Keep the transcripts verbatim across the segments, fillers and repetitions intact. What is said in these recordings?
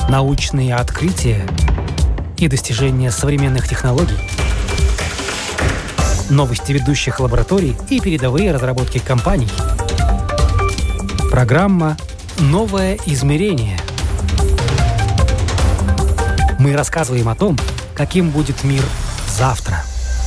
Научные открытия и достижения современных технологий. Новости ведущих лабораторий и передовые разработки компаний. Программа «Новое измерение». Мы рассказываем о том, каким будет мир завтра.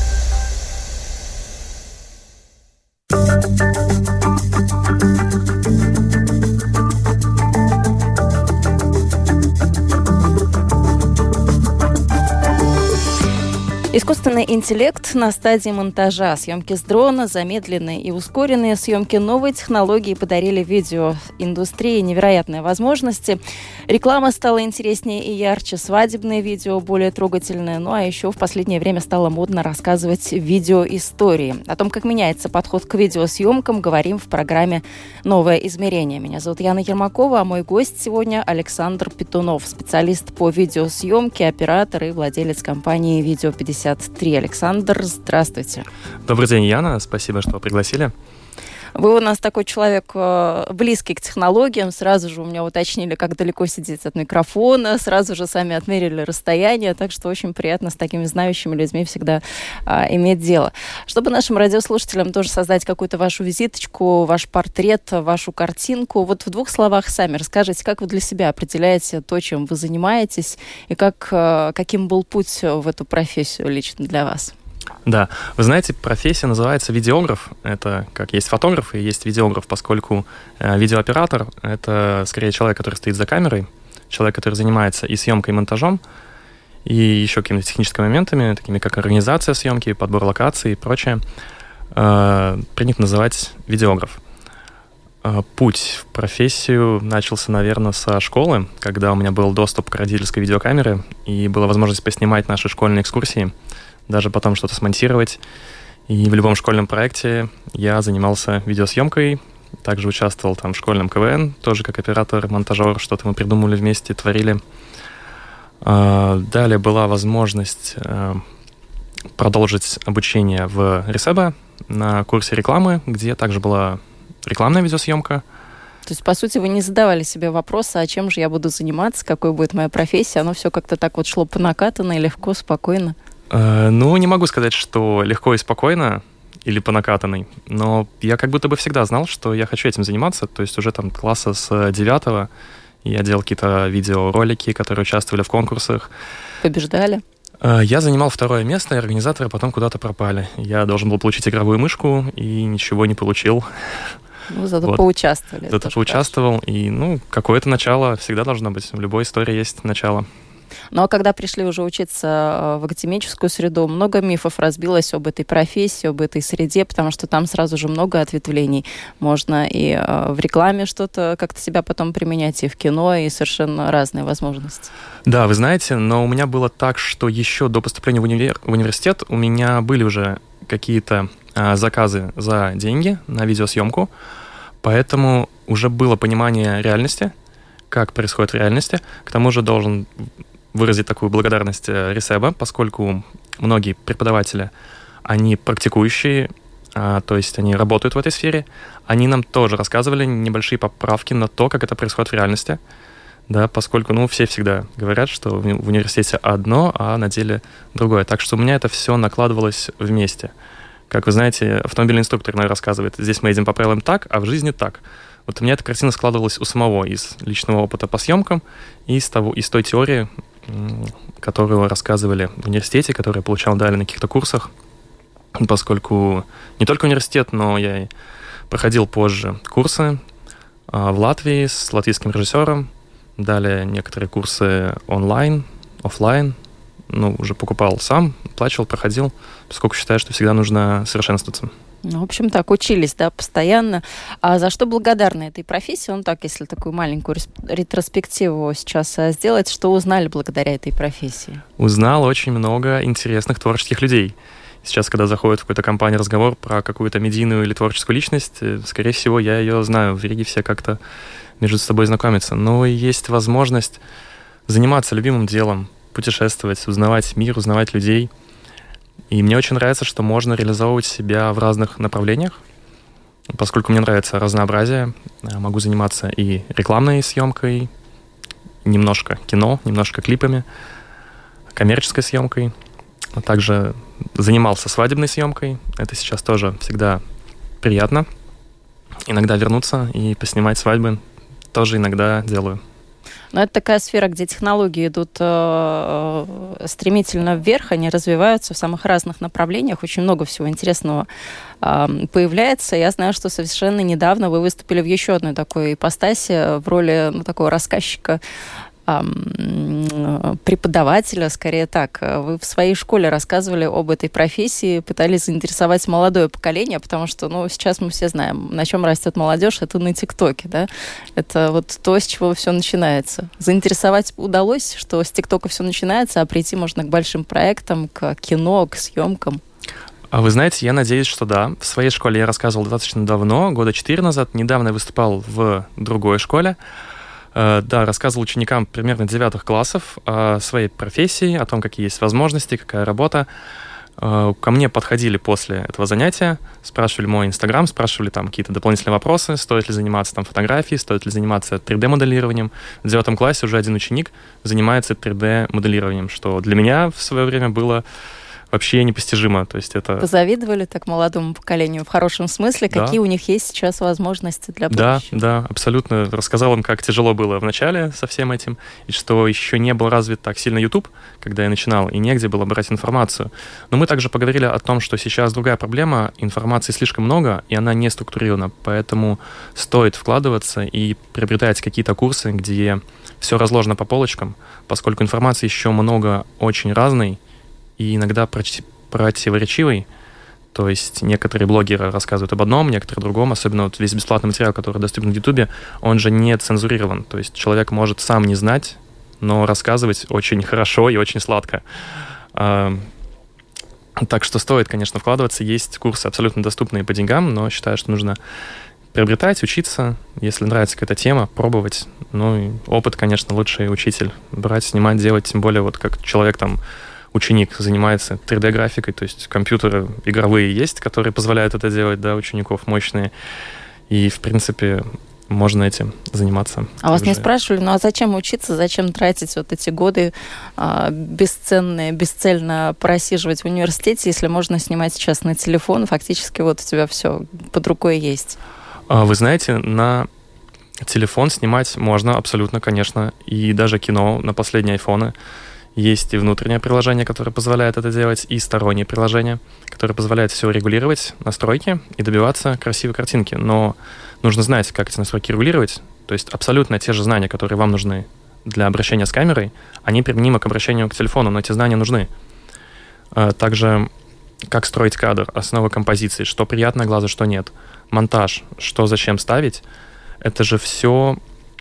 Искусственный интеллект на стадии монтажа, съемки с дрона, замедленные и ускоренные съемки, новые технологии подарили видеоиндустрии невероятные возможности. Реклама стала интереснее и ярче, свадебные видео более трогательные, ну а еще в последнее время стало модно рассказывать видеоистории. О том, как меняется подход к видеосъемкам, говорим в программе «Новое измерение». Меня зовут Яна Ермакова, а мой гость сегодня Александр Петунов, специалист по видеосъемке, оператор и владелец компании «Видео пятьдесят три». Александр, здравствуйте. Добрый день, Яна. Спасибо, что пригласили. Вы у нас такой человек близкий к технологиям. Сразу же у меня уточнили, как далеко сидеть от микрофона. Сразу же сами отмерили расстояние. Так что очень приятно с такими знающими людьми всегда а, иметь дело. Чтобы нашим радиослушателям тоже создать какую-то вашу визиточку, ваш портрет, вашу картинку, вот в двух словах сами расскажите, как вы для себя определяете то, чем вы занимаетесь, и как, каким был путь в эту профессию лично для вас? Да, вы знаете, профессия называется видеограф. Это как есть фотограф и есть видеограф, поскольку э, видеооператор — это скорее человек, который стоит за камерой, человек, который занимается и съемкой, и монтажом, и еще какими-то техническими моментами, такими как организация съемки, подбор локаций и прочее. Э, принято называть видеограф. Э, путь в профессию начался, наверное, со школы, когда у меня был доступ к родительской видеокамере, и была возможность поснимать наши школьные экскурсии, даже потом что-то смонтировать. И в любом школьном проекте я занимался видеосъемкой, также участвовал там в школьном КВН, тоже как оператор, монтажер, что-то мы придумали вместе, творили. Далее была возможность продолжить обучение в Ресебе на курсе рекламы, где также была рекламная видеосъемка. То есть, по сути, вы не задавали себе вопроса, а чем же я буду заниматься, какой будет моя профессия? Оно все как-то так вот шло по накатанной, легко, спокойно. Ну, не могу сказать, что легко и спокойно или по накатанной, но я как будто бы всегда знал, что я хочу этим заниматься. То есть уже там класса с девятого я делал какие-то видеоролики, которые участвовали в конкурсах. Побеждали? Я занимал второе место, и организаторы потом куда-то пропали. Я должен был получить игровую мышку, и ничего не получил. Ну, зато вот. поучаствовали. Зато поучаствовал, хорошо. И, ну, какое-то начало всегда должно быть. В любой истории есть начало. Ну, а когда пришли уже учиться в академическую среду, много мифов разбилось об этой профессии, об этой среде, потому что там сразу же много ответвлений. Можно и в рекламе что-то как-то себя потом применять, и в кино, и совершенно разные возможности. Да, вы знаете, но у меня было так, что еще до поступления в, универ... в университет у меня были уже какие-то а, заказы за деньги на видеосъемку, поэтому уже было понимание реальности, как происходит в реальности. К тому же должен выразить такую благодарность Ресебе, поскольку многие преподаватели, они практикующие, а, то есть они работают в этой сфере. Они нам тоже рассказывали небольшие поправки на то, как это происходит в реальности, да, поскольку, ну, все всегда говорят, что в, в университете одно, а на деле другое. Так что у меня это все накладывалось вместе. Как вы знаете, автомобильный инструктор иногда рассказывает, здесь мы едем по правилам так, а в жизни так. Вот у меня эта картина складывалась у самого из личного опыта по съемкам и из, того, из той теории, которую рассказывали в университете, которую я получал далее на каких-то курсах, поскольку не только университет, но я и проходил позже курсы в Латвии с латвийским режиссером, далее некоторые курсы онлайн, офлайн, ну, уже покупал сам, плачивал, проходил, поскольку считаю, что всегда нужно совершенствоваться. Ну, в общем, так, учились, да, постоянно. А за что благодарны этой профессии? Ну, так, если такую маленькую ретроспективу сейчас сделать, что узнали благодаря этой профессии? Узнал очень много интересных творческих людей. Сейчас, когда заходит в какую-то компанию разговор про какую-то медийную или творческую личность, скорее всего, я ее знаю. В Риге все как-то между собой знакомятся. Но есть возможность заниматься любимым делом, путешествовать, узнавать мир, узнавать людей. И мне очень нравится, что можно реализовывать себя в разных направлениях, поскольку мне нравится разнообразие. Могу заниматься и рекламной съемкой, немножко кино, немножко клипами, коммерческой съемкой. Также занимался свадебной съемкой. Это сейчас тоже всегда приятно. Иногда вернуться и поснимать свадьбы тоже иногда делаю. Но это такая сфера, где технологии идут э, стремительно вверх, они развиваются в самых разных направлениях, очень много всего интересного э, появляется. Я знаю, что совершенно недавно вы выступили в еще одной такой ипостаси в роли ну, такого рассказчика, преподавателя, скорее так. Вы в своей школе рассказывали об этой профессии, пытались заинтересовать молодое поколение, потому что, ну, сейчас мы все знаем, на чем растет молодежь, это на ТикТоке, да? Это вот то, с чего все начинается. Заинтересовать удалось, что с ТикТока все начинается, а прийти можно к большим проектам, к кино, к съемкам. А вы знаете, я надеюсь, что да. В своей школе я рассказывал достаточно давно, года четыре назад. Недавно я выступал в другой школе. Да, рассказывал ученикам примерно девятых классов о своей профессии, о том, какие есть возможности, какая работа. Ко мне подходили после этого занятия, спрашивали мой Инстаграм, спрашивали там какие-то дополнительные вопросы, стоит ли заниматься там фотографией, стоит ли заниматься три дэ-моделированием. В девятом классе уже один ученик занимается три дэ-моделированием, что для меня в свое время было вообще непостижимо. То есть это... Позавидовали так молодому поколению в хорошем смысле? Да. Какие у них есть сейчас возможности для будущего? Да, да, абсолютно. Рассказал им, как тяжело было в начале со всем этим, и что еще не был развит так сильно YouTube, когда я начинал, и негде было брать информацию. Но мы также поговорили о том, что сейчас другая проблема, информации слишком много, и она не структурирована, поэтому стоит вкладываться и приобретать какие-то курсы, где все разложено по полочкам, поскольку информации еще много очень разной, и иногда противоречивый. То есть некоторые блогеры рассказывают об одном, некоторые о другом. Особенно вот весь бесплатный материал, который доступен в Ютубе, он же не цензурирован. То есть человек может сам не знать, но рассказывать очень хорошо и очень сладко. Так что стоит, конечно, вкладываться. Есть курсы абсолютно доступные по деньгам, но считаю, что нужно приобретать, учиться. Если нравится какая-то тема, пробовать. Ну и опыт, конечно, лучший учитель. Брать, снимать, делать. Тем более вот как человек там ученик занимается три дэ-графикой, то есть компьютеры игровые есть, которые позволяют это делать, да, учеников мощные. И, в принципе, можно этим заниматься. А вас не спрашивали, ну а зачем учиться, зачем тратить вот эти годы а, бесценные, бесцельно просиживать в университете, если можно снимать сейчас на телефон, фактически вот у тебя все под рукой есть? Вы знаете, на телефон снимать можно абсолютно, конечно, и даже кино на последние айфоны. Есть и внутреннее приложение, которое позволяет это делать, и стороннее приложение, которое позволяет все регулировать, настройки и добиваться красивой картинки. Но нужно знать, как эти настройки регулировать. То есть абсолютно те же знания, которые вам нужны для обращения с камерой, они применимы к обращению к телефону, но эти знания нужны. Также как строить кадр, основы композиции, что приятно глазу, что нет. Монтаж, что зачем ставить. Это же все,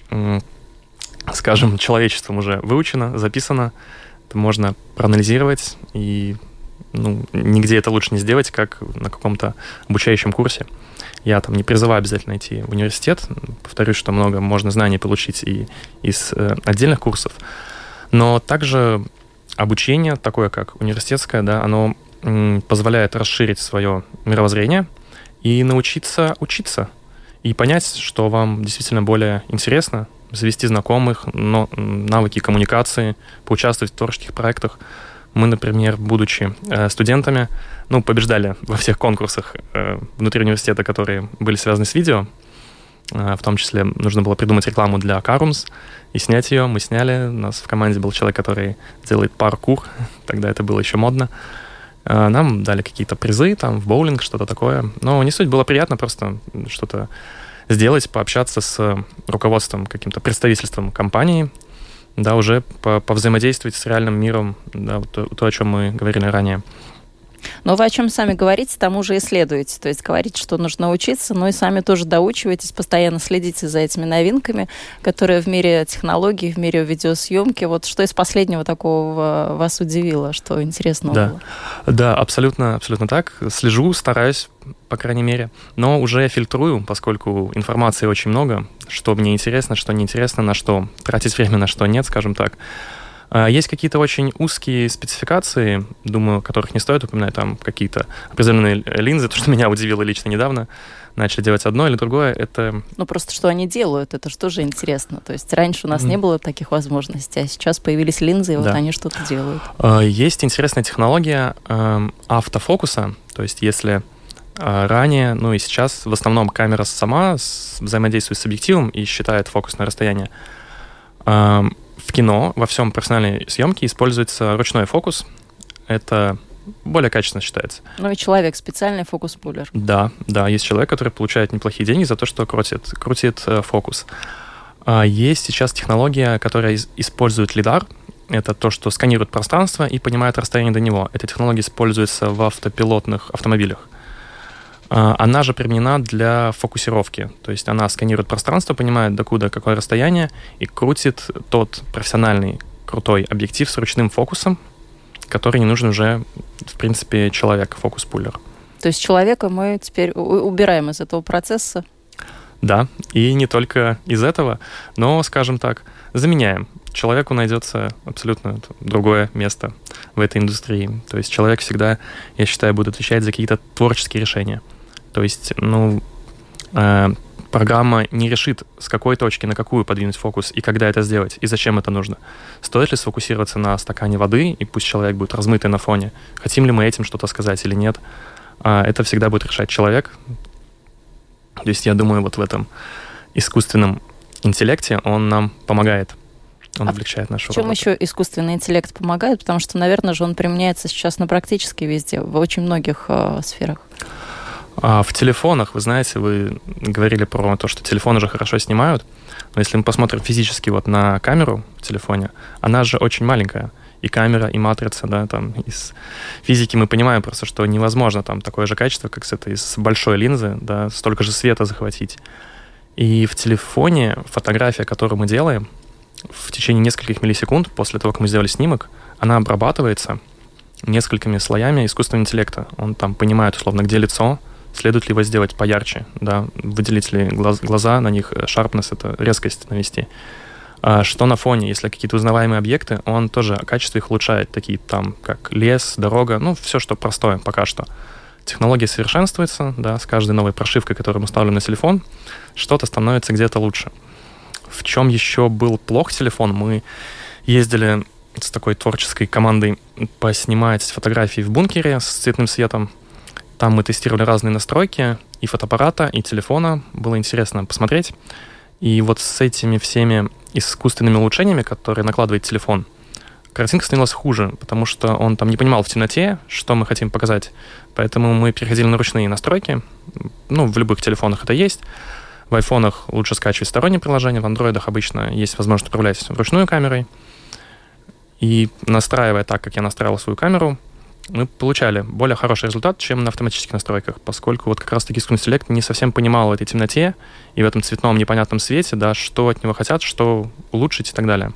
скажем, человечеством уже выучено, записано. Это можно проанализировать, и ну, нигде это лучше не сделать, как на каком-то обучающем курсе. Я там не призываю обязательно идти в университет. Повторюсь, что много можно знаний получить и из э, отдельных курсов. Но также обучение, такое как университетское, да, оно м, позволяет расширить свое мировоззрение и научиться учиться. И понять, что вам действительно более интересно, завести знакомых, но навыки коммуникации, поучаствовать в творческих проектах. Мы, например, будучи э, студентами, ну, побеждали во всех конкурсах э, внутри университета, которые были связаны с видео. Э, в том числе нужно было придумать рекламу для Карумс и снять ее. Мы сняли. У нас в команде был человек, который делает паркур. Тогда это было еще модно. Э, нам дали какие-то призы, там, в боулинг, что-то такое. Но не суть, было приятно просто что-то сделать, пообщаться с руководством, каким-то представительством компании, да, уже повзаимодействовать с реальным миром, да, вот то, то, о чем мы говорили ранее. Но вы о чем сами говорите, тому же и следуете. То есть говорите, что нужно учиться, но и сами тоже доучиваетесь, постоянно следите за этими новинками, которые в мире технологий, в мире видеосъемки. Вот что из последнего такого вас удивило, что интересного да. было? Да, абсолютно, абсолютно так. Слежу, стараюсь, по крайней мере, но уже фильтрую, поскольку информации очень много, что мне интересно, что неинтересно, на что тратить время, на что нет, скажем так. Есть какие-то очень узкие спецификации, думаю, которых не стоит упоминать, там какие-то определенные линзы, то, что меня удивило лично недавно. начали делать одно или другое, это... Ну, просто что они делают, это же тоже интересно. То есть раньше у нас mm. не было таких возможностей, а сейчас появились линзы, и да. вот они что-то делают. Есть интересная технология автофокуса, то есть если ранее, ну и сейчас в основном камера сама взаимодействует с объективом и считает фокусное расстояние. В кино, во всем профессиональной съемке используется ручной фокус. Это более качественно считается. Ну и человек, специальный фокус-пуллер. Да, да, есть человек, который получает неплохие деньги за то, что крутит, крутит э, фокус. А есть сейчас технология, которая из- использует лидар. Это то, что сканирует пространство и понимает расстояние до него. Эта технология используется в автопилотных автомобилях. А, она же применена для фокусировки. То есть она сканирует пространство, понимает, докуда, какое расстояние, и крутит тот профессиональный крутой объектив с ручным фокусом, который не нужен уже, в принципе, человек, фокус-пуллер. То есть человека мы теперь убираем из этого процесса? Да, и не только из этого, но, скажем так, заменяем. Человеку найдется абсолютно другое место в этой индустрии. То есть человек всегда, я считаю, будет отвечать за какие-то творческие решения. То есть, ну, э, программа не решит, с какой точки на какую подвинуть фокус и когда это сделать, и зачем это нужно. Стоит ли сфокусироваться на стакане воды, и пусть человек будет размытый на фоне? Хотим ли мы этим что-то сказать или нет? Это всегда будет решать человек. То есть я думаю, вот в этом искусственном интеллекте он нам помогает. Он а облегчает нашу работу. В чем еще искусственный интеллект помогает? Потому что, наверное же, он применяется сейчас на практически везде, в очень многих э, сферах. А в телефонах, вы знаете, вы говорили про то, что телефоны уже хорошо снимают, но если мы посмотрим физически вот на камеру в телефоне, она же очень маленькая. И камера, и матрица, да, там, из физики мы понимаем просто, что невозможно там такое же качество, как с этой, с большой линзы, да, столько же света захватить. И в телефоне фотография, которую мы делаем, в течение нескольких миллисекунд после того, как мы сделали снимок, она обрабатывается несколькими слоями искусственного интеллекта. Он там понимает, условно, где лицо, следует ли его сделать поярче, да, выделить ли глаз, глаза, на них sharpness, это резкость навести. А что на фоне, если какие-то узнаваемые объекты, он тоже качество их улучшает, такие там, как лес, дорога, ну, все, что простое пока что. Технология совершенствуется, да, с каждой новой прошивкой, которую мы ставим на телефон, что-то становится где-то лучше. В чем еще был плох телефон? Мы ездили с такой творческой командой поснимать фотографии в бункере с цветным светом. Там мы тестировали разные настройки и фотоаппарата, и телефона. Было интересно посмотреть. И вот с этими всеми искусственными улучшениями, которые накладывает телефон, картинка становилась хуже, потому что он там не понимал в темноте, что мы хотим показать. Поэтому мы переходили на ручные настройки. Ну, в любых телефонах это есть. В айфонах лучше скачивать сторонние приложения, в андроидах обычно есть возможность управлять вручную камерой. И настраивая так, как я настраивал свою камеру, мы получали более хороший результат, чем на автоматических настройках, поскольку вот как раз-таки искусственный интеллект не совсем понимал в этой темноте и в этом цветном непонятном свете, да, что от него хотят, что улучшить и так далее.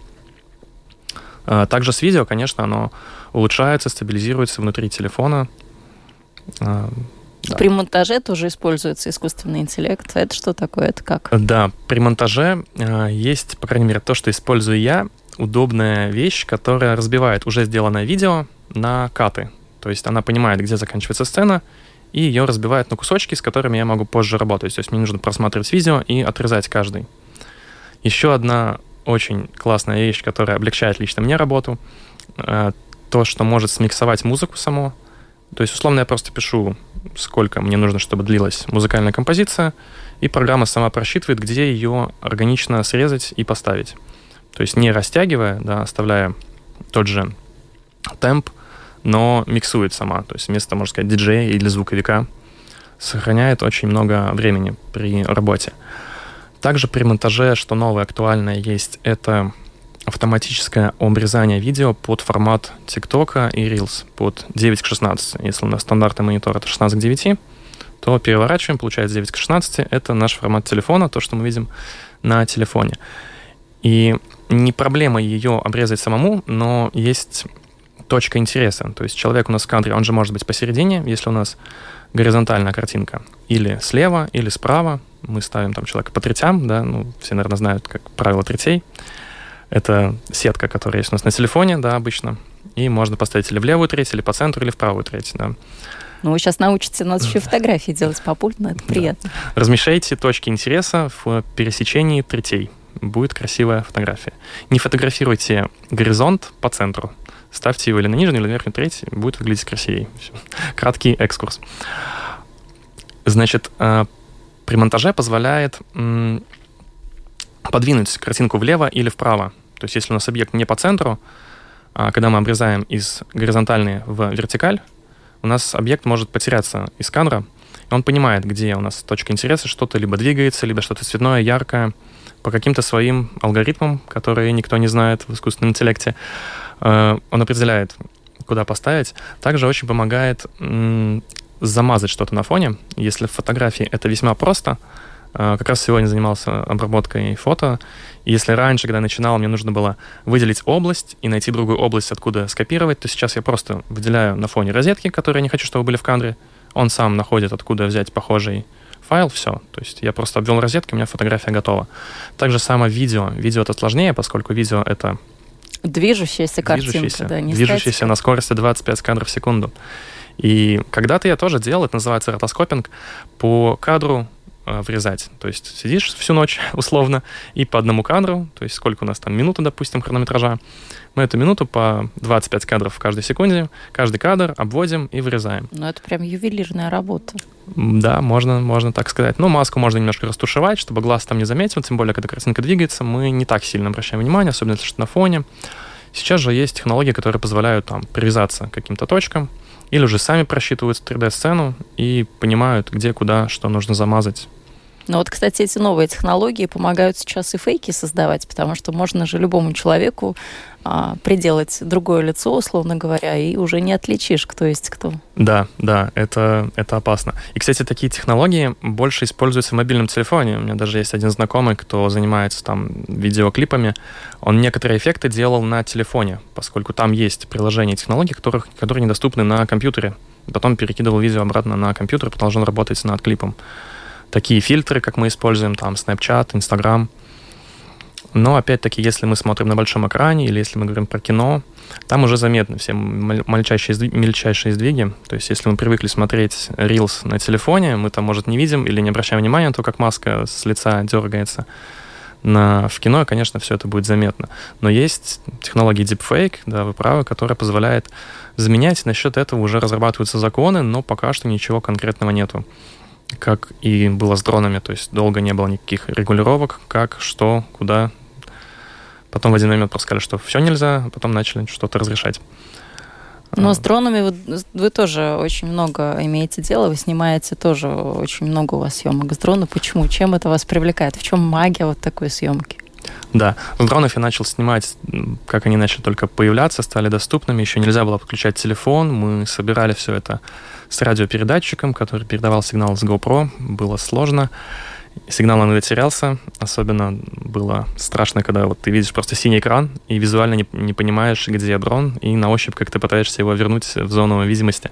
А также с видео, конечно, оно улучшается, стабилизируется внутри телефона. А, да. При монтаже тоже используется искусственный интеллект. Это что такое? Это как? Да, при монтаже а, есть, по крайней мере, то, что использую я, удобная вещь, которая разбивает уже сделанное видео на каты. То есть она понимает, где заканчивается сцена, и ее разбивает на кусочки, с которыми я могу позже работать. То есть мне нужно просматривать видео и отрезать каждый. Еще одна очень классная вещь, которая облегчает лично мне работу, то, что может смиксовать музыку саму. То есть, условно, я просто пишу, сколько мне нужно, чтобы длилась музыкальная композиция, и программа сама просчитывает, где ее органично срезать и поставить. То есть не растягивая, да, оставляя тот же темп, но миксует сама. То есть вместо, можно сказать, диджея или звуковика сохраняет очень много времени при работе. Также при монтаже, что новое, актуальное есть, это автоматическое обрезание видео под формат ТикТока и Reels, под девять к шестнадцати. Если у нас стандартный монитор это шестнадцать к девяти, то переворачиваем, получается девять к шестнадцати. Это наш формат телефона, то, что мы видим на телефоне. И не проблема ее обрезать самому, но есть точка интереса. То есть человек у нас в кадре, он же может быть посередине, если у нас горизонтальная картинка. Или слева, или справа. Мы ставим там человека по третям, да, ну, все, наверное, знают, как правило третей. Это сетка, которая есть у нас на телефоне, да, обычно. И можно поставить или в левую треть, или по центру, или в правую треть, да. Ну, вы сейчас научите нас еще фотографии делать попутно, это приятно. Да. Размещайте точки интереса в пересечении третей. Будет красивая фотография. Не фотографируйте горизонт по центру. Ставьте его или на нижнюю, или на верхнюю треть, будет выглядеть красивее. Все. Краткий экскурс. Значит, при монтаже позволяет подвинуть картинку влево или вправо. То есть, если у нас объект не по центру, когда мы обрезаем из горизонтальной в вертикаль, у нас объект может потеряться из кадра, и он понимает, где у нас точка интереса, что-то либо двигается, либо что-то цветное, яркое, по каким-то своим алгоритмам, которые никто не знает в искусственном интеллекте. Он определяет, куда поставить. Также очень помогает замазать что-то на фоне. Если в фотографии это весьма просто, как раз сегодня занимался обработкой фото. И если раньше, когда я начинал, мне нужно было выделить область и найти другую область, откуда скопировать, то сейчас я просто выделяю на фоне розетки, которые я не хочу, чтобы были в кадре. Он сам находит, откуда взять похожий файл, все. То есть я просто обвел розетки, у меня фотография готова. Так же само видео. Видео это сложнее, поскольку видео это... Движущаяся картинка, движущаяся, да, не движущаяся статика. На скорости двадцать пять кадров в секунду. И когда-то я тоже делал, это называется ротоскопинг, по кадру врезать. То есть сидишь всю ночь, условно, и по одному кадру, то есть сколько у нас там, минута, допустим, хронометража, мы эту минуту по двадцать пять кадров в каждой секунде, каждый кадр обводим и вырезаем. Ну, это прям ювелирная работа. Да, можно, можно так сказать. Но маску можно немножко растушевать, чтобы глаз там не заметил, тем более, когда картинка двигается, мы не так сильно обращаем внимание, особенно если что на фоне. Сейчас же есть технологии, которые позволяют там привязаться к каким-то точкам, или уже сами просчитывают три дэ-сцену и понимают, где, куда, что нужно замазать. Ну вот, кстати, эти новые технологии помогают сейчас и фейки создавать, потому что можно же любому человеку а, приделать другое лицо, условно говоря, и уже не отличишь, кто есть кто. Да, да, это, это опасно. И, кстати, такие технологии больше используются в мобильном телефоне. У меня даже есть один знакомый, кто занимается там видеоклипами. Он некоторые эффекты делал на телефоне, поскольку там есть приложения и технологии, которых, которые недоступны на компьютере. Потом перекидывал видео обратно на компьютер, продолжал работать над клипом. Такие фильтры, как мы используем, там, Snapchat, Instagram. Но, опять-таки, если мы смотрим на большом экране или если мы говорим про кино, там уже заметны все мельчайшие, мельчайшие сдвиги. То есть, если мы привыкли смотреть Reels на телефоне, мы там, может, не видим или не обращаем внимания на то, как маска с лица дергается. На, в кино, конечно, все это будет заметно. Но есть технологии deepfake, да, вы правы, которая позволяет заменять. Насчет этого уже разрабатываются законы, но пока что ничего конкретного нету. Как и было с дронами, то есть долго не было никаких регулировок, как, что, куда. Потом в один момент просто сказали, что все нельзя, а потом начали что-то разрешать. Но с дронами вы, вы тоже очень много имеете дела, вы снимаете тоже очень много у вас съемок с дрона. Почему? Чем это вас привлекает? В чем магия вот такой съемки? Да, с дронов я начал снимать, как они начали только появляться, стали доступными. Еще нельзя было подключать телефон. Мы собирали все это с радиопередатчиком, который передавал сигнал с GoPro. Было сложно. Сигнал иногда терялся. Особенно было страшно, когда вот ты видишь просто синий экран и визуально не, не понимаешь, где дрон, и на ощупь как ты пытаешься его вернуть в зону видимости.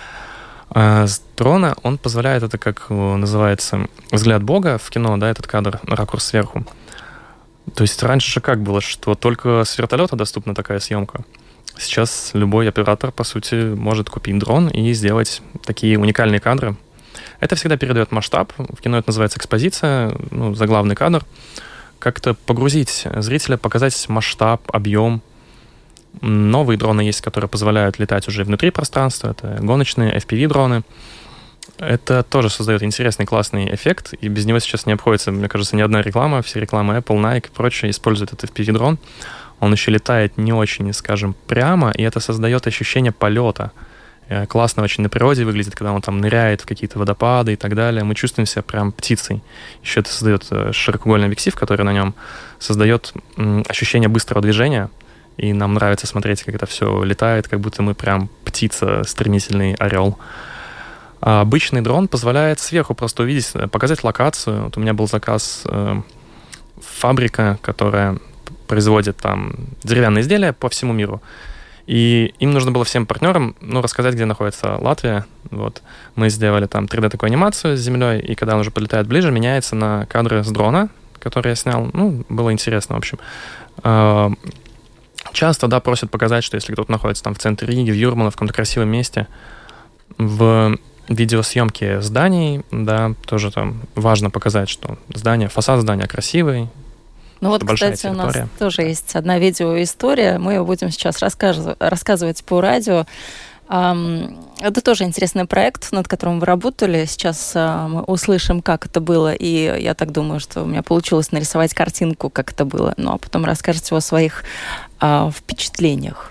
А с дрона он позволяет, это как называется, взгляд Бога в кино, да, этот кадр, ракурс сверху. То есть раньше же как было, что только с вертолета доступна такая съемка. Сейчас любой оператор, по сути, может купить дрон и сделать такие уникальные кадры. Это всегда передает масштаб. В кино это называется экспозиция, ну, заглавный кадр. Как-то погрузить зрителя, показать масштаб, объем. Новые дроны есть, которые позволяют летать уже внутри пространства. Это гоночные эф пи ви-дроны. Это тоже создает интересный, классный эффект, и без него сейчас не обходится, мне кажется, ни одна реклама. Все рекламы Apple, Nike и прочее используют этот эф пи ви-дрон. Он еще летает не очень, скажем, прямо, и это создает ощущение полета. Классно очень на природе выглядит, когда он там ныряет в какие-то водопады и так далее. Мы чувствуем себя прям птицей. Еще это создает широкоугольный объектив, который на нем создает ощущение быстрого движения, и нам нравится смотреть, как это все летает, как будто мы прям птица, стремительный орел. А обычный дрон позволяет сверху просто увидеть, показать локацию. Вот у меня был заказ э, фабрика, которая производит там деревянные изделия по всему миру. И им нужно было всем партнерам, ну, рассказать, где находится Латвия. Вот. Мы сделали там три дэ такую анимацию с землей, и когда он уже подлетает ближе, меняется на кадры с дрона, который я снял. Ну, было интересно, в общем. Э, часто, да, просят показать, что если кто-то находится там в центре Риги, в Юрмале, в каком-то красивом месте, В видеосъемке зданий, да, тоже там важно показать, что здание, фасад здания красивый. Ну вот, кстати, территория. У нас тоже есть одна видеоистория. Мы ее будем сейчас рассказывать по радио. Это тоже интересный проект, над которым вы работали. Сейчас мы услышим, как это было. И я так думаю, что у меня получилось нарисовать картинку, как это было. Ну а потом расскажете о своих а, впечатлениях.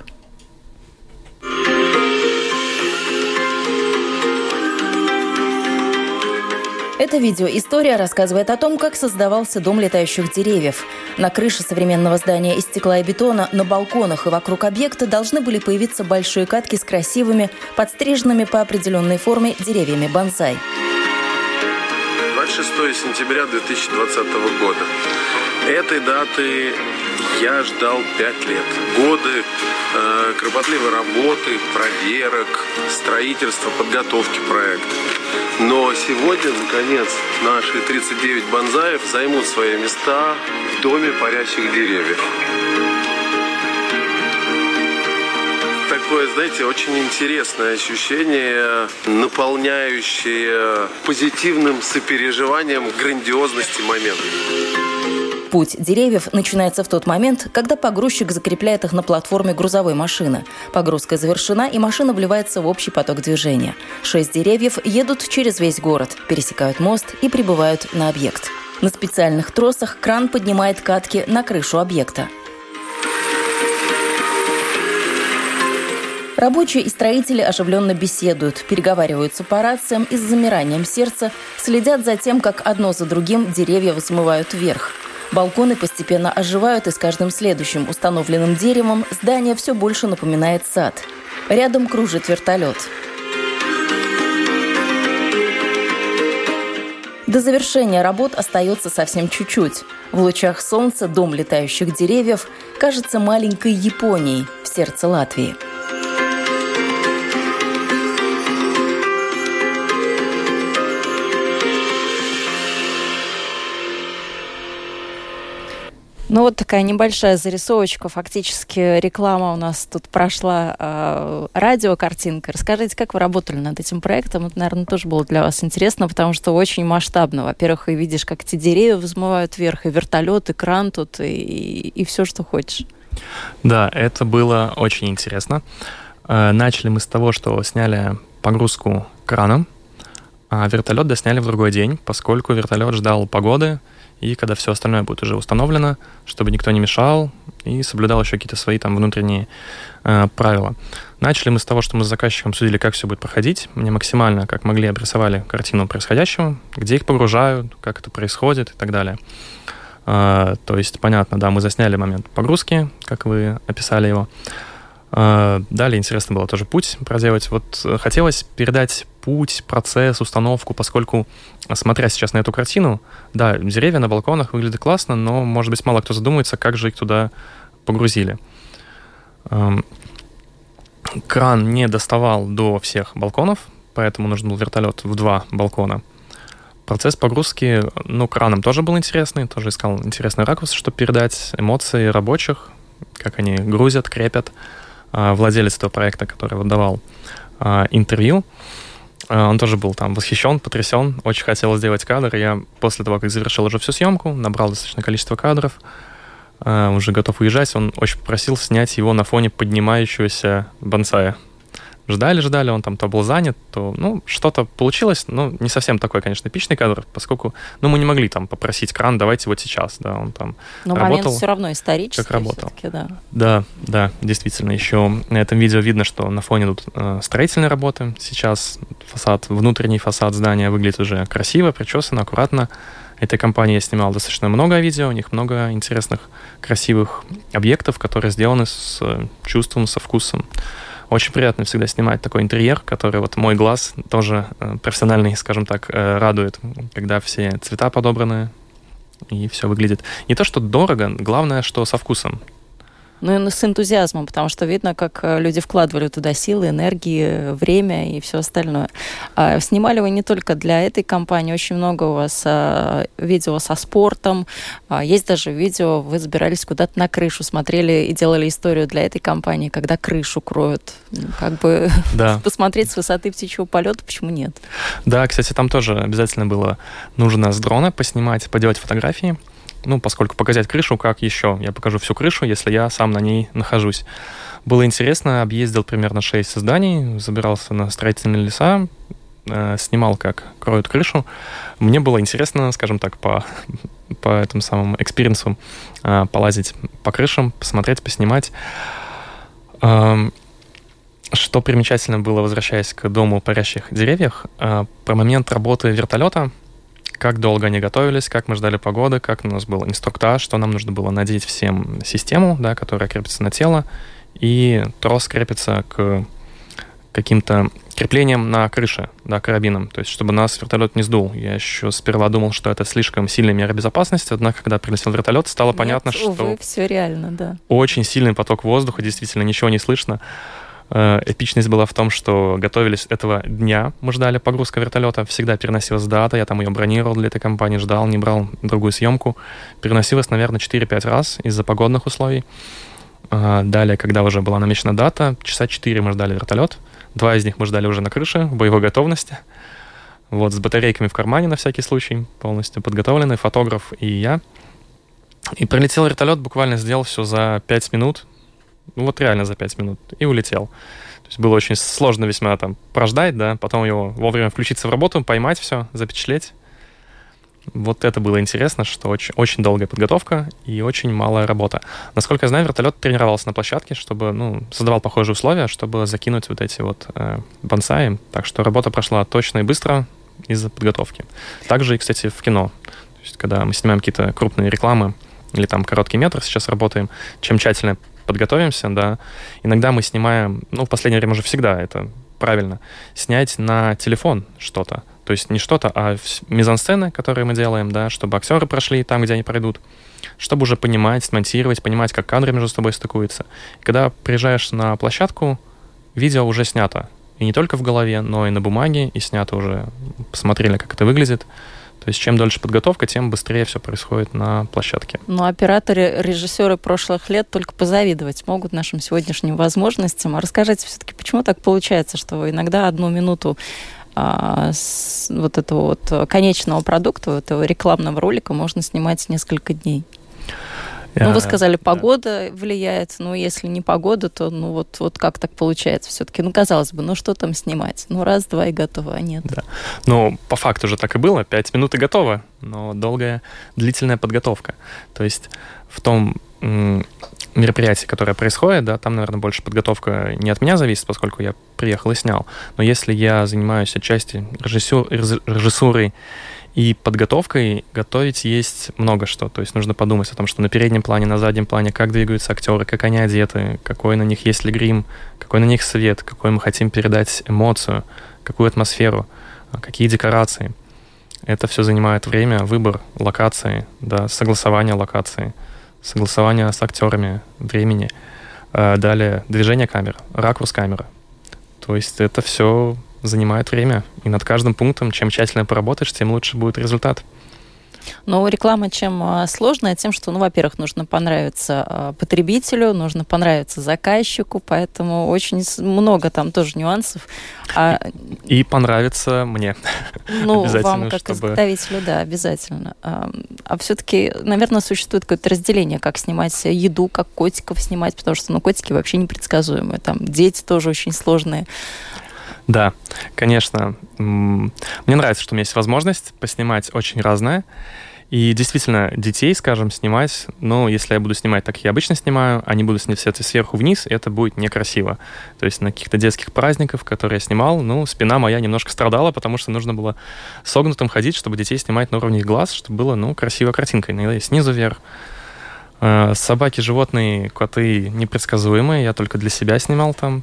Эта видеоистория рассказывает о том, как создавался дом летающих деревьев. На крыше современного здания из стекла и бетона, на балконах и вокруг объекта должны были появиться большие катки с красивыми, подстриженными по определенной форме деревьями бонсай. двадцать шестого сентября две тысячи двадцатого года. Этой даты я ждал пять лет. Годы э, кропотливой работы, проверок, строительства, подготовки проекта. Но сегодня, наконец, наши тридцать девять бонсаев займут свои места в доме парящих деревьев. Такое, знаете, очень интересное ощущение, наполняющее позитивным сопереживанием грандиозности момента. Путь деревьев начинается в тот момент, когда погрузчик закрепляет их на платформе грузовой машины. Погрузка завершена, и машина вливается в общий поток движения. Шесть деревьев едут через весь город, пересекают мост и прибывают на объект. На специальных тросах кран поднимает катки на крышу объекта. Рабочие и строители оживленно беседуют, переговариваются по рациям и с замиранием сердца следят за тем, как одно за другим деревья взмывают вверх. Балконы постепенно оживают, и с каждым следующим установленным деревом здание все больше напоминает сад. Рядом кружит вертолет. До завершения работ остается совсем чуть-чуть. В лучах солнца дом летающих деревьев кажется маленькой Японией в сердце Латвии. Ну вот такая небольшая зарисовочка, фактически реклама у нас тут прошла э, радиокартинка. Расскажите, как вы работали над этим проектом? Это, наверное, тоже было для вас интересно, потому что очень масштабно. Во-первых, и видишь, как эти деревья взмывают вверх, и вертолет, и кран тут, и, и, и все, что хочешь. Да, это было очень интересно. Э, начали мы с того, что сняли погрузку краном, а вертолет досняли в другой день, поскольку вертолет ждал погоды, и когда все остальное будет уже установлено, чтобы никто не мешал и соблюдал еще какие-то свои там внутренние э, правила. Начали мы с того, что мы с заказчиком обсудили, как все будет проходить. Мне максимально, как могли, обрисовали картину происходящего, где их погружают, как это происходит и так далее. Э, то есть, понятно, да, мы засняли момент погрузки, как вы описали его. Э, далее интересно было тоже путь проделать. Вот хотелось передать путь, процесс, установку, поскольку, смотря сейчас на эту картину, да, деревья на балконах выглядят классно, но, может быть, мало кто задумается, как же их туда погрузили. Эм, кран не доставал до всех балконов, поэтому нужен был вертолет в два балкона. Процесс погрузки, ну, краном тоже был интересный, тоже искал интересный ракурс, чтобы передать эмоции рабочих, как они грузят, крепят. Э, владелец этого проекта, который вот давал э, интервью, он тоже был там восхищен, потрясен, очень хотел сделать кадр. Я после того, как завершил уже всю съемку, набрал достаточное количество кадров, уже готов уезжать, он очень попросил снять его на фоне поднимающегося бонсая. Ждали, ждали, он там то был занят, то, ну, что-то получилось, но не совсем такой, конечно, эпичный кадр, поскольку, ну, мы не могли там попросить кран, давайте вот сейчас, да, он там но работал. Но момент все равно исторический. Как работал. Да. да, да, действительно, еще на этом видео видно, что на фоне идут э, строительные работы. Сейчас фасад, внутренний фасад здания выглядит уже красиво, причесанно, аккуратно. Этой компании я снимал достаточно много видео, у них много интересных, красивых объектов, которые сделаны с чувством, со вкусом. Очень приятно всегда снимать такой интерьер, который вот мой глаз тоже э, профессиональный, скажем так, э, радует, когда все цвета подобраны и все выглядит не то, что дорого, главное, что со вкусом. Ну и с энтузиазмом, потому что видно, как люди вкладывали туда силы, энергии, время и все остальное. А снимали вы не только для этой компании, очень много у вас а, видео со спортом, а, есть даже видео, вы забирались куда-то на крышу, смотрели и делали историю для этой компании, когда крышу кроют. Как бы да. Посмотреть с высоты птичьего полета, почему нет? Да, кстати, там тоже обязательно было нужно с дрона поснимать, поделать фотографии. Ну, поскольку показать крышу, как еще? Я покажу всю крышу, если я сам на ней нахожусь. Было интересно, объездил примерно шесть зданий, забирался на строительные леса, э, снимал, как кроют крышу. Мне было интересно, скажем так, по, по этим самым экспириенсам э, полазить по крышам, посмотреть, поснимать. Э, что примечательно было, возвращаясь к дому парящих деревьях, э, про момент работы вертолета, как долго они готовились, как мы ждали погоды, как у нас был инструктаж, что нам нужно было надеть всем систему, да, которая крепится на тело, и трос крепится к каким-то креплениям на крыше, да, карабином, то есть чтобы нас вертолет не сдул. Я еще сперва думал, что это слишком сильная мера безопасности, однако, когда прилетел вертолет, стало Нет, понятно, увы, что все реально, да. Очень сильный поток воздуха, действительно ничего не слышно. Эпичность была в том, что готовились этого дня, мы ждали погрузка вертолета, всегда переносилась дата, я там ее бронировал для этой компании, ждал, не брал другую съемку. Переносилась, наверное, четыре-пять раз из-за погодных условий. Далее, когда уже была намечена дата, часа четыре мы ждали вертолет, два из них мы ждали уже на крыше, в боевой готовности. Вот, с батарейками в кармане на всякий случай, полностью подготовленный, фотограф и я. И прилетел вертолет, буквально сделал все за пять минут, ну вот реально за пять минут, и улетел. То есть было очень сложно весьма там прождать, да, потом его вовремя включиться в работу, поймать все, запечатлеть. Вот это было интересно, что очень, очень долгая подготовка и очень малая работа. Насколько я знаю, вертолет тренировался на площадке, чтобы, ну, создавал похожие условия, чтобы закинуть вот эти вот э, бонсаи. Так что работа прошла точно и быстро из-за подготовки. Также и, кстати, в кино. То есть когда мы снимаем какие-то крупные рекламы или там короткий метр, сейчас работаем, чем тщательно подготовимся, да. Иногда мы снимаем, ну, в последнее время уже всегда это правильно, снять на телефон что-то. То есть не что-то, а мизансцены, которые мы делаем, да, чтобы актеры прошли там, где они пройдут, чтобы уже понимать, смонтировать, понимать, как кадры между собой стыкуются. Когда приезжаешь на площадку, видео уже снято. И не только в голове, но и на бумаге, и снято уже, посмотрели, как это выглядит. То есть чем дольше подготовка, тем быстрее все происходит на площадке. Ну, операторы, режиссеры прошлых лет только позавидовать могут нашим сегодняшним возможностям. А расскажите все-таки, почему так получается, что иногда одну минуту а, с, вот этого вот конечного продукта, этого рекламного ролика можно снимать несколько дней? Ну, вы сказали, погода влияет, но если не погода, то ну вот, вот как так получается все-таки? Ну, казалось бы, ну что там снимать? Ну, раз-два и готово, а нет. Да. Ну, по факту же так и было, пять минут и готово, но долгая, длительная подготовка. То есть в том м- мероприятии, которое происходит, да, там, наверное, больше подготовка не от меня зависит, поскольку я приехал и снял. Но если я занимаюсь отчасти режиссюр, режиссурой и подготовкой, готовить есть много что. То есть нужно подумать о том, что на переднем плане, на заднем плане, как двигаются актеры, как они одеты, какой на них есть ли грим, какой на них свет, какой мы хотим передать эмоцию, какую атмосферу, какие декорации. Это все занимает время, выбор локации, да, согласование локации, согласование с актерами, времени. Далее движение камеры, ракурс камеры. То есть это все занимает время. И над каждым пунктом, чем тщательно поработаешь, тем лучше будет результат. Но реклама чем сложная? Тем, что, ну, во-первых, нужно понравиться потребителю, нужно понравиться заказчику, поэтому очень много там тоже нюансов. А... И, и понравится мне. Ну, вам как чтобы... изготовителю, да, обязательно. А, а все-таки, наверное, существует какое-то разделение, как снимать еду, как котиков снимать, потому что, ну, котики вообще непредсказуемые. Там дети тоже очень сложные. Да, конечно. Мне нравится, что у меня есть возможность поснимать очень разное. И действительно, детей, скажем, снимать, ну, если я буду снимать так, как я обычно снимаю, они будут снимать все это сверху вниз, это будет некрасиво. То есть на каких-то детских праздниках, которые я снимал, ну, спина моя немножко страдала, потому что нужно было согнутым ходить, чтобы детей снимать на уровне их глаз, чтобы было, ну, красивая картинка. Иногда и снизу вверх. Собаки, животные, коты непредсказуемые, я только для себя снимал там.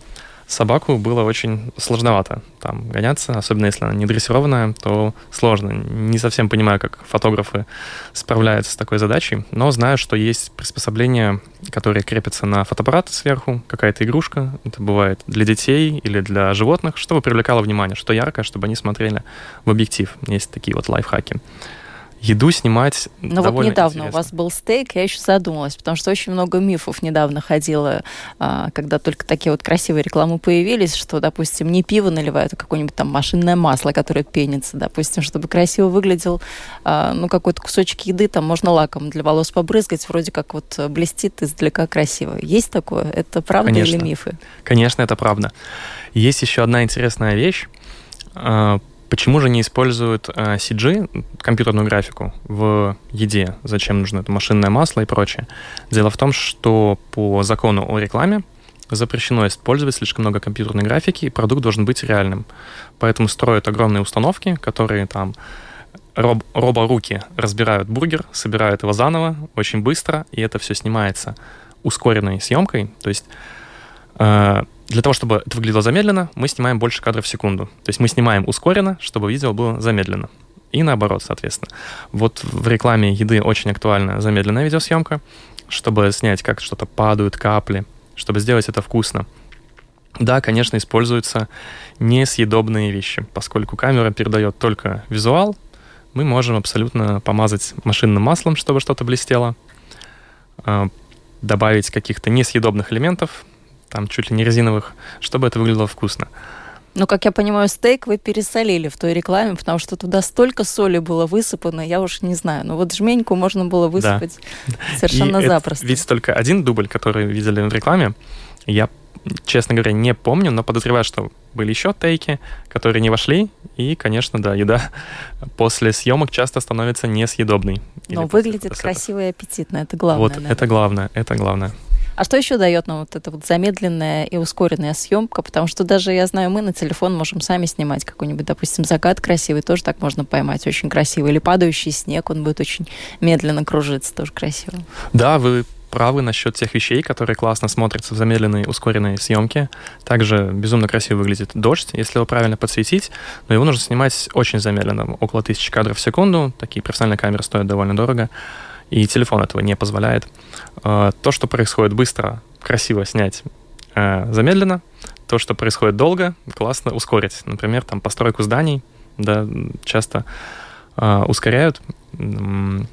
собаку было очень сложновато там гоняться, особенно если она не дрессированная, то сложно. Не совсем понимаю, как фотографы справляются с такой задачей, но знаю, что есть приспособления, которые крепятся на фотоаппарат сверху, какая-то игрушка, это бывает для детей или для животных, чтобы привлекало внимание, что яркое, чтобы они смотрели в объектив. Есть такие вот лайфхаки. Еду снимать Но довольно вот недавно интересно. У вас был стейк, я еще задумалась, потому что очень много мифов недавно ходило, когда только такие вот красивые рекламы появились, что, допустим, не пиво наливают, а какое-нибудь там машинное масло, которое пенится, допустим, чтобы красиво выглядел, ну, какой-то кусочек еды, там можно лаком для волос побрызгать, вроде как вот блестит издалека красиво. Есть такое? Это правда Конечно. Или мифы? Конечно, это правда. Есть еще одна интересная вещь. Почему же не используют э, си джи, компьютерную графику, в еде? Зачем нужно это машинное масло и прочее? Дело в том, что по закону о рекламе запрещено использовать слишком много компьютерной графики, и продукт должен быть реальным. Поэтому строят огромные установки, которые там роб- роборуки разбирают бургер, собирают его заново очень быстро, и это все снимается ускоренной съемкой. То есть э, для того, чтобы это выглядело замедленно, мы снимаем больше кадров в секунду. То есть мы снимаем ускоренно, чтобы видео было замедленно. И наоборот, соответственно. Вот в рекламе еды очень актуальна замедленная видеосъемка, чтобы снять, как что-то падают, капли, чтобы сделать это вкусно. Да, конечно, используются несъедобные вещи. Поскольку камера передает только визуал, мы можем абсолютно помазать машинным маслом, чтобы что-то блестело, добавить каких-то несъедобных элементов, там чуть ли не резиновых, чтобы это выглядело вкусно. Ну, как я понимаю, стейк вы пересолили в той рекламе, потому что туда столько соли было высыпано, я уж не знаю. Но вот жменьку можно было высыпать да. совершенно и запросто. Ведь только один дубль, который видели в рекламе, я, честно говоря, не помню, но подозреваю, что были еще тейки, которые не вошли, и, конечно, да, еда после съемок часто становится несъедобной. Но выглядит красиво и аппетитно, это главное. Вот, наверное. это главное, это главное. А что еще дает нам вот эта вот замедленная и ускоренная съемка? Потому что даже, я знаю, мы на телефон можем сами снимать какой-нибудь, допустим, закат красивый, тоже так можно поймать, очень красивый. Или падающий снег, он будет очень медленно кружиться, тоже красиво. Да, вы правы насчет тех вещей, которые классно смотрятся в замедленной, ускоренной съемке. Также безумно красиво выглядит дождь, если его правильно подсветить, но его нужно снимать очень замедленно, около тысячи кадров в секунду. Такие профессиональные камеры стоят довольно дорого. И телефон этого не позволяет. То, что происходит быстро, красиво снять замедленно. То, что происходит долго, классно ускорить. Например, там постройку зданий, да, часто ускоряют. Для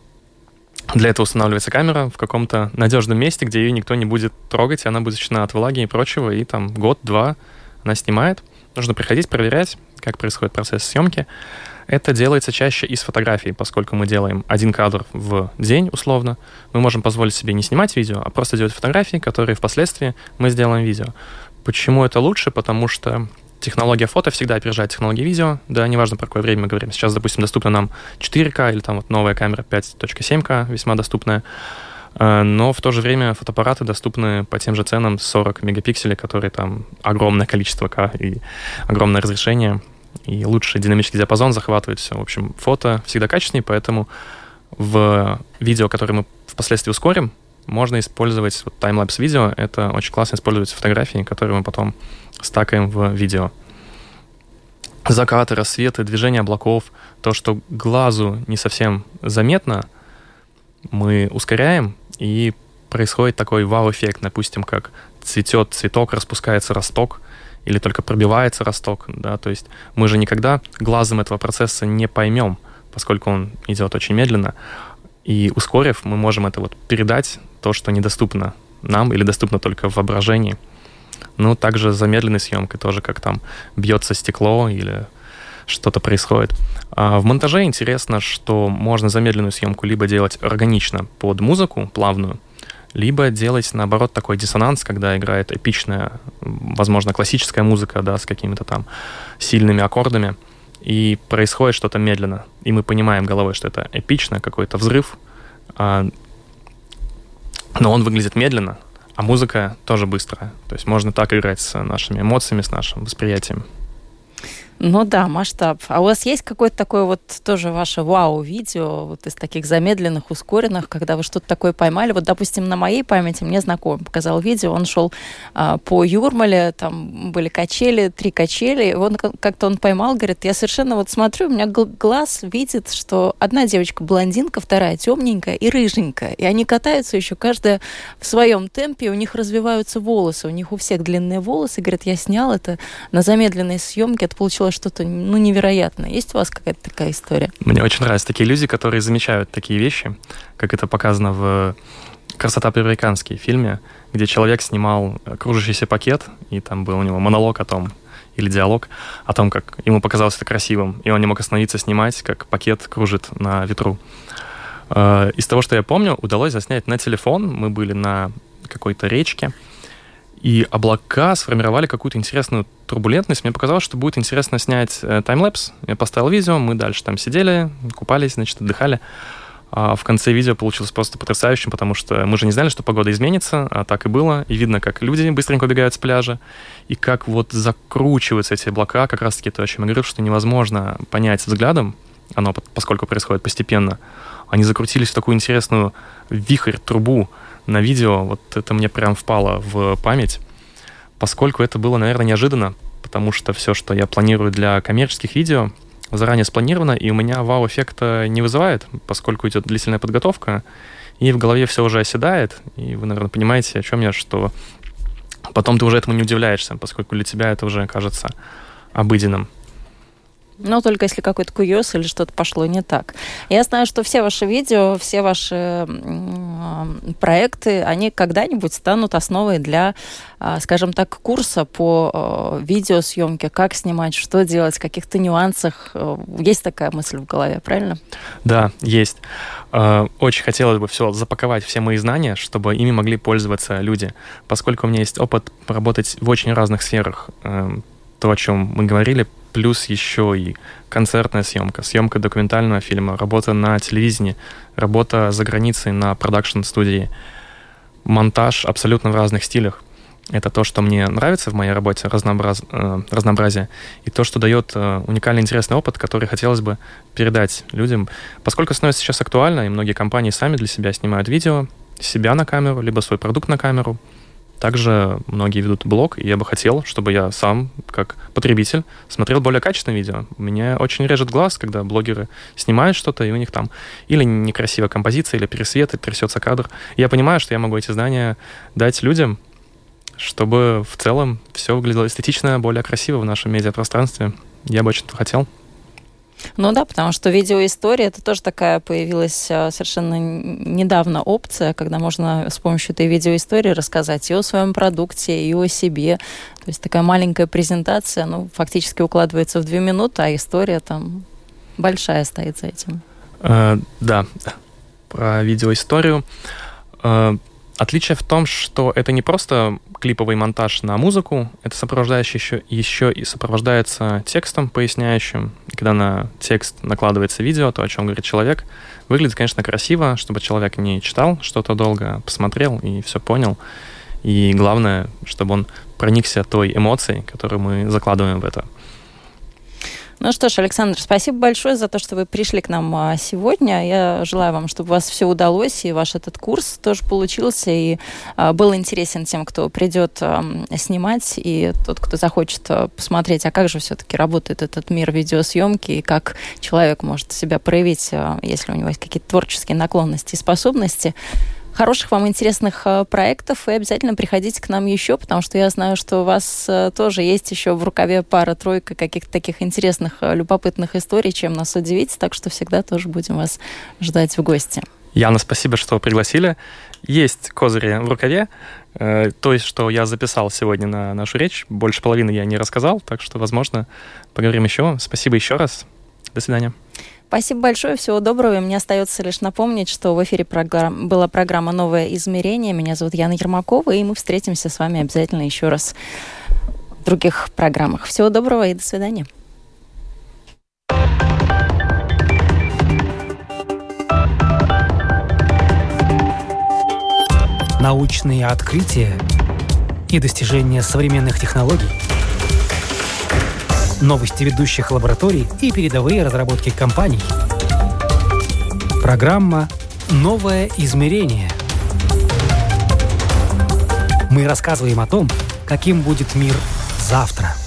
этого устанавливается камера в каком-то надежном месте, где ее никто не будет трогать, и она будет защищена от влаги и прочего, и там год-два она снимает. Нужно приходить, проверять, как происходит процесс съемки. Это делается чаще из фотографий, поскольку мы делаем один кадр в день, условно. Мы можем позволить себе не снимать видео, а просто делать фотографии, которые впоследствии мы сделаем видео. Почему это лучше? Потому что технология фото всегда опережает технологии видео. Да, неважно, про какое время мы говорим. Сейчас, допустим, доступна нам четыре ка или там вот новая камера пять точка семь ка, весьма доступная. Но в то же время фотоаппараты доступны по тем же ценам сорок мегапикселей, которые там огромное количество К и огромное разрешение. И лучший динамический диапазон захватывает все. В общем, фото всегда качественнее, поэтому в видео, которое мы впоследствии ускорим, можно использовать вот, таймлапс-видео. Это очень классно использовать фотографии, которые мы потом стакаем в видео. Закаты, рассветы, движение облаков, то, что глазу не совсем заметно, мы ускоряем, и происходит такой вау-эффект, допустим, как цветет цветок, распускается росток, или только пробивается росток, да, то есть мы же никогда глазом этого процесса не поймем, поскольку он идет очень медленно, и ускорив, мы можем это вот передать, то, что недоступно нам или доступно только в воображении. Ну, также с замедленной съемкой тоже, как там бьется стекло или что-то происходит. А в монтаже интересно, что можно замедленную съемку либо делать органично под музыку, плавную, либо делать, наоборот, такой диссонанс, когда играет эпичная, возможно, классическая музыка, да, с какими-то там сильными аккордами, и происходит что-то медленно. И мы понимаем головой, что это эпично, какой-то взрыв, а, но он выглядит медленно, а музыка тоже быстрая. То есть можно так играть с нашими эмоциями, с нашим восприятием. Ну да, масштаб. А у вас есть какое-то такое вот тоже ваше вау-видео вот из таких замедленных, ускоренных, когда вы что-то такое поймали? Вот, допустим, на моей памяти мне знакомый показал видео, он шел а, по Юрмале, там были качели, три качели, он как-то он поймал, говорит, я совершенно вот смотрю, у меня глаз видит, что одна девочка блондинка, вторая темненькая и рыженькая, и они катаются еще каждая в своем темпе, у них развиваются волосы, у них у всех длинные волосы, говорит, я снял это на замедленной съемке, это получилось что-то ну, невероятное. Есть у вас какая-то такая история? Мне очень нравятся такие люди, которые замечают такие вещи, как это показано в «Красота по-американски» фильме, где человек снимал кружащийся пакет, и там был у него монолог о том, или диалог о том, как ему показалось это красивым, и он не мог остановиться снимать, как пакет кружит на ветру. Из того, что я помню, удалось заснять на телефон. Мы были на какой-то речке, и облака сформировали какую-то интересную турбулентность. Мне показалось, что будет интересно снять э, таймлэпс. Я поставил видео, мы дальше там сидели, купались, значит, отдыхали. А в конце видео получилось просто потрясающим, потому что мы же не знали, что погода изменится, а так и было. И видно, как люди быстренько убегают с пляжа, и как вот закручиваются эти облака. Как раз-таки то, о чем я говорил, что невозможно понять взглядом, оно, поскольку происходит постепенно. Они закрутились в такую интересную вихрь, трубу на видео. Вот это мне прям впало в память, поскольку это было, наверное, неожиданно, потому что все, что я планирую для коммерческих видео, заранее спланировано, и у меня вау-эффекта не вызывает, поскольку идет длительная подготовка, и в голове все уже оседает, и вы, наверное, понимаете, о чем я, что потом ты уже этому не удивляешься, поскольку для тебя это уже кажется обыденным. Но только если какой-то курьез или что-то пошло не так. Я знаю, что все ваши видео, все ваши проекты, они когда-нибудь станут основой для, скажем так, курса по видеосъемке, как снимать, что делать, в каких-то нюансах. Есть такая мысль в голове, правильно? Да, есть. Очень хотелось бы все запаковать, все мои знания, чтобы ими могли пользоваться люди. Поскольку у меня есть опыт работать в очень разных сферах, то, о чем мы говорили, плюс еще и концертная съемка, съемка документального фильма, работа на телевидении, работа за границей на продакшн-студии, монтаж абсолютно в разных стилях. Это то, что мне нравится в моей работе, разнообраз... разнообразие, и то, что дает уникальный интересный опыт, который хотелось бы передать людям. Поскольку становится сейчас актуально, и многие компании сами для себя снимают видео, себя на камеру, либо свой продукт на камеру. Также многие ведут блог, и я бы хотел, чтобы я сам, как потребитель, смотрел более качественное видео. Меня очень режет глаз, когда блогеры снимают что-то, и у них там или некрасивая композиция, или пересвет, или трясется кадр. Я понимаю, что я могу эти знания дать людям, чтобы в целом все выглядело эстетично, более красиво в нашем медиапространстве. Я бы очень этого хотел. Ну да, потому что видеоистория, это тоже такая появилась совершенно недавно опция, когда можно с помощью этой видеоистории рассказать и о своем продукте, и о себе. То есть такая маленькая презентация, ну, фактически укладывается в две минуты, а история там большая стоит за этим. Uh, да, про видеоисторию. Uh, Отличие в том, что это не просто клиповый монтаж на музыку, это сопровождающий еще, еще и сопровождается текстом поясняющим. И когда на текст накладывается видео, то, о чем говорит человек, выглядит, конечно, красиво, чтобы человек не читал что-то долго, а посмотрел и все понял. И главное, чтобы он проникся той эмоцией, которую мы закладываем в это. Ну что ж, Александр, спасибо большое за то, что вы пришли к нам сегодня. Я желаю вам, чтобы у вас все удалось, и ваш этот курс тоже получился, и был интересен тем, кто придет снимать, и тот, кто захочет посмотреть, а как же все-таки работает этот мир видеосъемки, и как человек может себя проявить, если у него есть какие-то творческие наклонности и способности. Хороших вам интересных проектов, и обязательно приходите к нам еще, потому что я знаю, что у вас тоже есть еще в рукаве пара-тройка каких-то таких интересных, любопытных историй, чем нас удивить, так что всегда тоже будем вас ждать в гости. Яна, спасибо, что пригласили. Есть козыри в рукаве, э, то есть, что я записал сегодня на нашу речь, больше половины я не рассказал, так что, возможно, поговорим еще. Спасибо еще раз. До свидания. Спасибо большое, всего доброго. И мне остается лишь напомнить, что в эфире программ... была программа «Новое измерение». Меня зовут Яна Ермакова, и мы встретимся с вами обязательно еще раз в других программах. Всего доброго и до свидания. Научные открытия и достижения современных технологий Новости ведущих лабораторий и передовые разработки компаний. Программа «Новое измерение». Мы рассказываем о том, каким будет мир завтра.